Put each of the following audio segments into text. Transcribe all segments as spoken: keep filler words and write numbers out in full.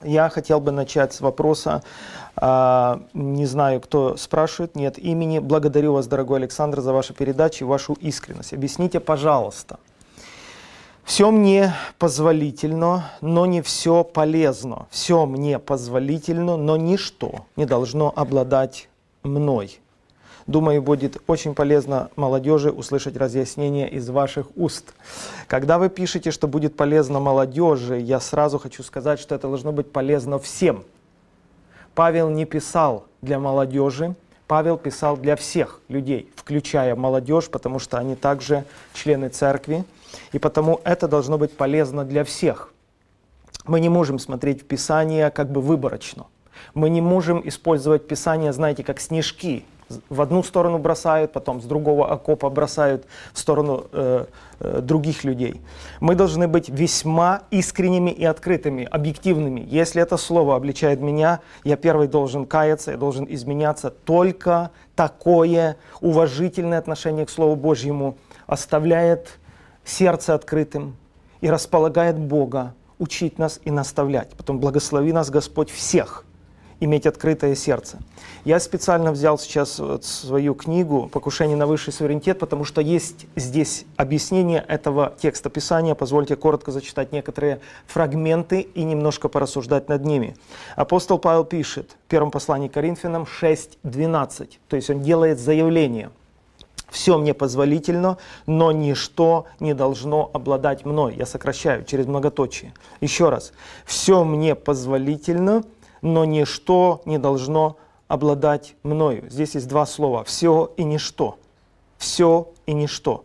Я хотел бы начать с вопроса, э, не знаю, кто спрашивает, нет имени. Благодарю вас, дорогой Александр, за вашу передачу и вашу искренность. Объясните, пожалуйста. Все мне позволительно, но не все полезно. Все мне позволительно, но ничто не должно обладать мной. Думаю, будет очень полезно молодежи услышать разъяснение из ваших уст. Когда вы пишете, что будет полезно молодежи, я сразу хочу сказать, что это должно быть полезно всем. Павел не писал для молодежи, Павел писал для всех людей, включая молодежь, потому что они также члены церкви, и потому это должно быть полезно для всех. Мы не можем смотреть в Писание как бы выборочно. Мы не можем использовать Писание, знаете, как снежки. В одну сторону бросают, потом с другого окопа бросают в сторону э, э, других людей. Мы должны быть весьма искренними и открытыми, объективными. Если это слово обличает меня, я первый должен каяться, я должен изменяться. Только такое уважительное отношение к Слову Божьему оставляет сердце открытым и располагает Бога учить нас и наставлять. Потом благослови нас Господь всех иметь открытое сердце. Я специально взял сейчас вот свою книгу «Покушение на высший суверенитет», потому что есть здесь объяснение этого текста Писания. Позвольте коротко зачитать некоторые фрагменты и немножко порассуждать над ними. Апостол Павел пишет в первом послании к Коринфянам шесть двенадцать, то есть он делает заявление. «Все мне позволительно, но ничто не должно обладать мной». Я сокращаю через многоточие. Еще раз. «Все мне позволительно, но ничто не должно обладать мною». Здесь есть два слова. «Все» и «ничто». «Все» и «ничто».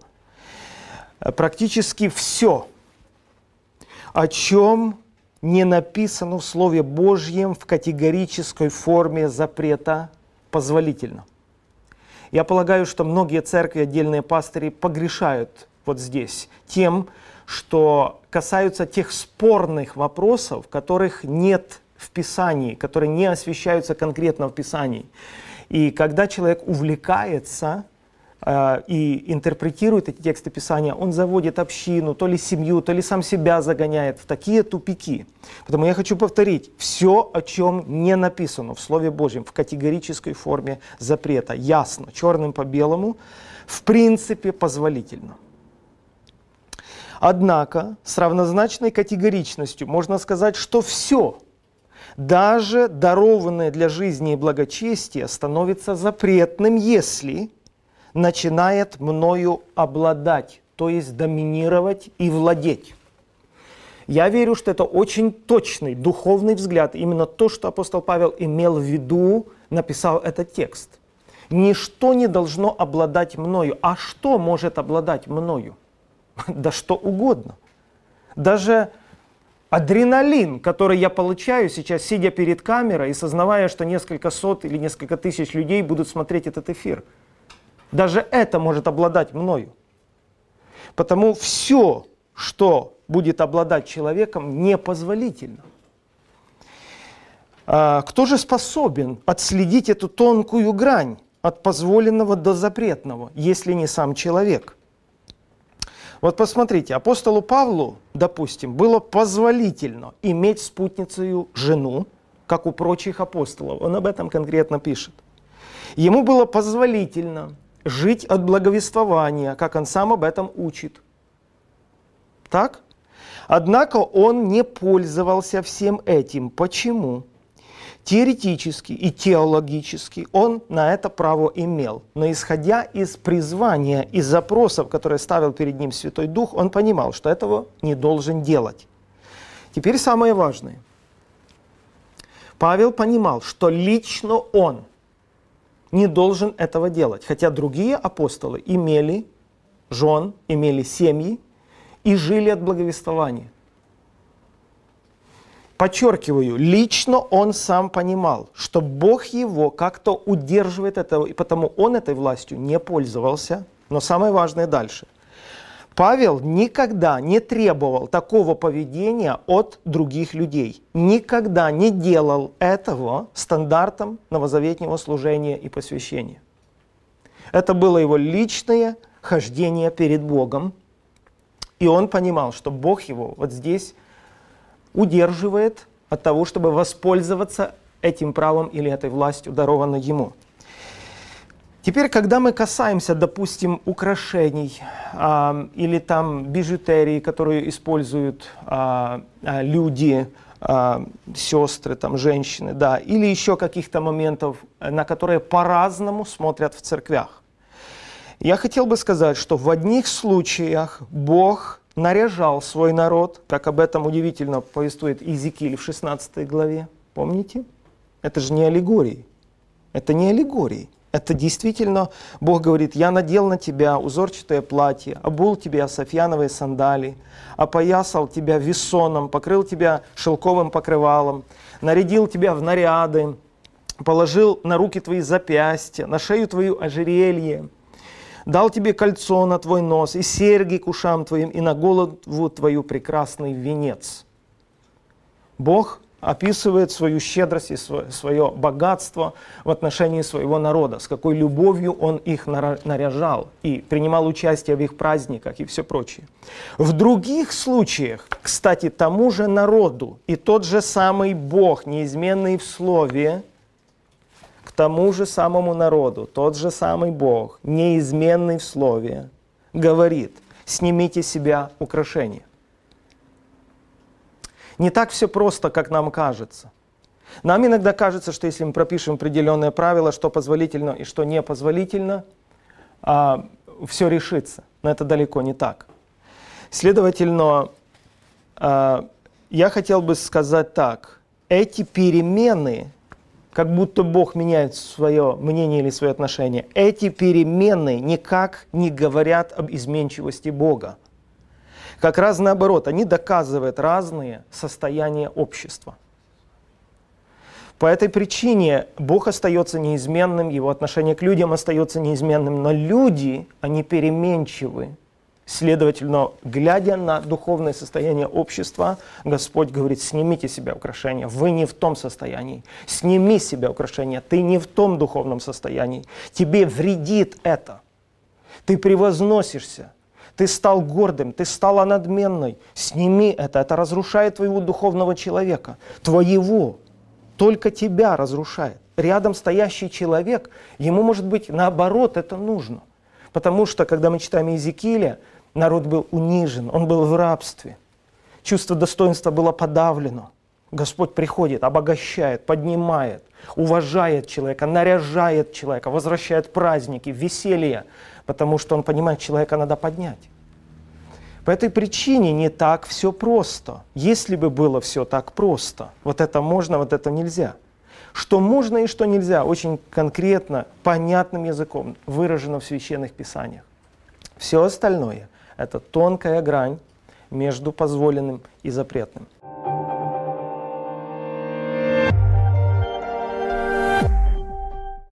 Практически все, о чем не написано в Слове Божьем в категорической форме запрета, позволительно. Я полагаю, что многие церкви, отдельные пастыри погрешают вот здесь тем, что касаются тех спорных вопросов, которых нет в Писании, которые не освещаются конкретно в Писании. И когда человек увлекается э, и интерпретирует эти тексты Писания, он заводит общину, то ли семью, то ли сам себя загоняет в такие тупики. Поэтому я хочу повторить, все, о чем не написано в Слове Божьем, в категорической форме запрета, ясно, черным по белому, в принципе позволительно. Однако с равнозначной категоричностью можно сказать, что все, даже дарованное для жизни и благочестия, становится запретным, если начинает мною обладать, то есть доминировать и владеть. Я верю, что это очень точный духовный взгляд, именно то, что апостол Павел имел в виду, написал этот текст. Ничто не должно обладать мною. А что может обладать мною? Да что угодно. Даже адреналин, который я получаю сейчас, сидя перед камерой и сознавая, что несколько сот или несколько тысяч людей будут смотреть этот эфир. Даже это может обладать мною. Потому все, что будет обладать человеком, непозволительно. А кто же способен отследить эту тонкую грань от позволенного до запретного, если не сам человек? Вот посмотрите, апостолу Павлу, допустим, было позволительно иметь спутницею жену, как у прочих апостолов. Он об этом конкретно пишет. Ему было позволительно жить от благовествования, как он сам об этом учит. Так? Однако он не пользовался всем этим. Почему? Теоретически и теологически он на это право имел. Но исходя из призвания, из запросов, которые ставил перед ним Святой Дух, он понимал, что этого не должен делать. Теперь самое важное. Павел понимал, что лично он не должен этого делать. Хотя другие апостолы имели жен, имели семьи и жили от благовествования. Подчеркиваю, лично он сам понимал, что Бог его как-то удерживает этого, и потому он этой властью не пользовался. Но самое важное дальше. Павел никогда не требовал такого поведения от других людей. Никогда не делал этого стандартом новозаветнего служения и посвящения. Это было его личное хождение перед Богом. И он понимал, что Бог его вот здесь удерживает от того, чтобы воспользоваться этим правом или этой властью, дарованной ему. Теперь, когда мы касаемся, допустим, украшений а, или там бижутерии, которую используют а, а, люди, а, сестры, там, женщины, да, или еще каких-то моментов, на которые по-разному смотрят в церквях. Я хотел бы сказать, что в одних случаях Бог наряжал свой народ, как об этом удивительно повествует Иезекииль в шестнадцатой главе. Помните? Это же не аллегории. Это не аллегории. Это действительно, Бог говорит, я надел на тебя узорчатое платье, обул тебя софьяновые сандалии, опоясал тебя весоном, покрыл тебя шелковым покрывалом, нарядил тебя в наряды, положил на руки твои запястья, на шею твою ожерелье, дал тебе кольцо на твой нос и серьги к ушам твоим, и на голову твою прекрасный венец. Бог описывает свою щедрость и свое богатство в отношении своего народа, с какой любовью он их наряжал и принимал участие в их праздниках и все прочее. В других случаях, кстати, тому же народу и тот же самый Бог, неизменный в слове, к тому же самому народу, тот же самый Бог, неизменный в слове, говорит: снимите с себя украшения. Не так все просто, как нам кажется. Нам иногда кажется, что если мы пропишем определенные правила, что позволительно и что не позволительно, а, все решится. Но это далеко не так. Следовательно, а, я хотел бы сказать так. Эти перемены, как будто Бог меняет свое мнение или свое отношение, эти перемены никак не говорят об изменчивости Бога. Как раз наоборот, они доказывают разные состояния общества. По этой причине Бог остается неизменным, его отношение к людям остается неизменным, но люди, они переменчивы. Следовательно, глядя на духовное состояние общества, Господь говорит: снимите с себя украшения, вы не в том состоянии, сними с себя украшения, ты не в том духовном состоянии, тебе вредит это, ты превозносишься. Ты стал гордым, ты стала надменной. Сними это. Это разрушает твоего духовного человека. Твоего. Только тебя разрушает. Рядом стоящий человек, ему, может быть, наоборот это нужно. Потому что, когда мы читаем Иезекииля, народ был унижен, он был в рабстве. Чувство достоинства было подавлено. Господь приходит, обогащает, поднимает, уважает человека, наряжает человека, возвращает праздники, веселье, потому что он понимает, человека надо поднять. По этой причине не так все просто. Если бы было все так просто, вот это можно, вот это нельзя. Что можно и что нельзя, очень конкретно, понятным языком выражено в священных писаниях. Все остальное – это тонкая грань между позволенным и запретным.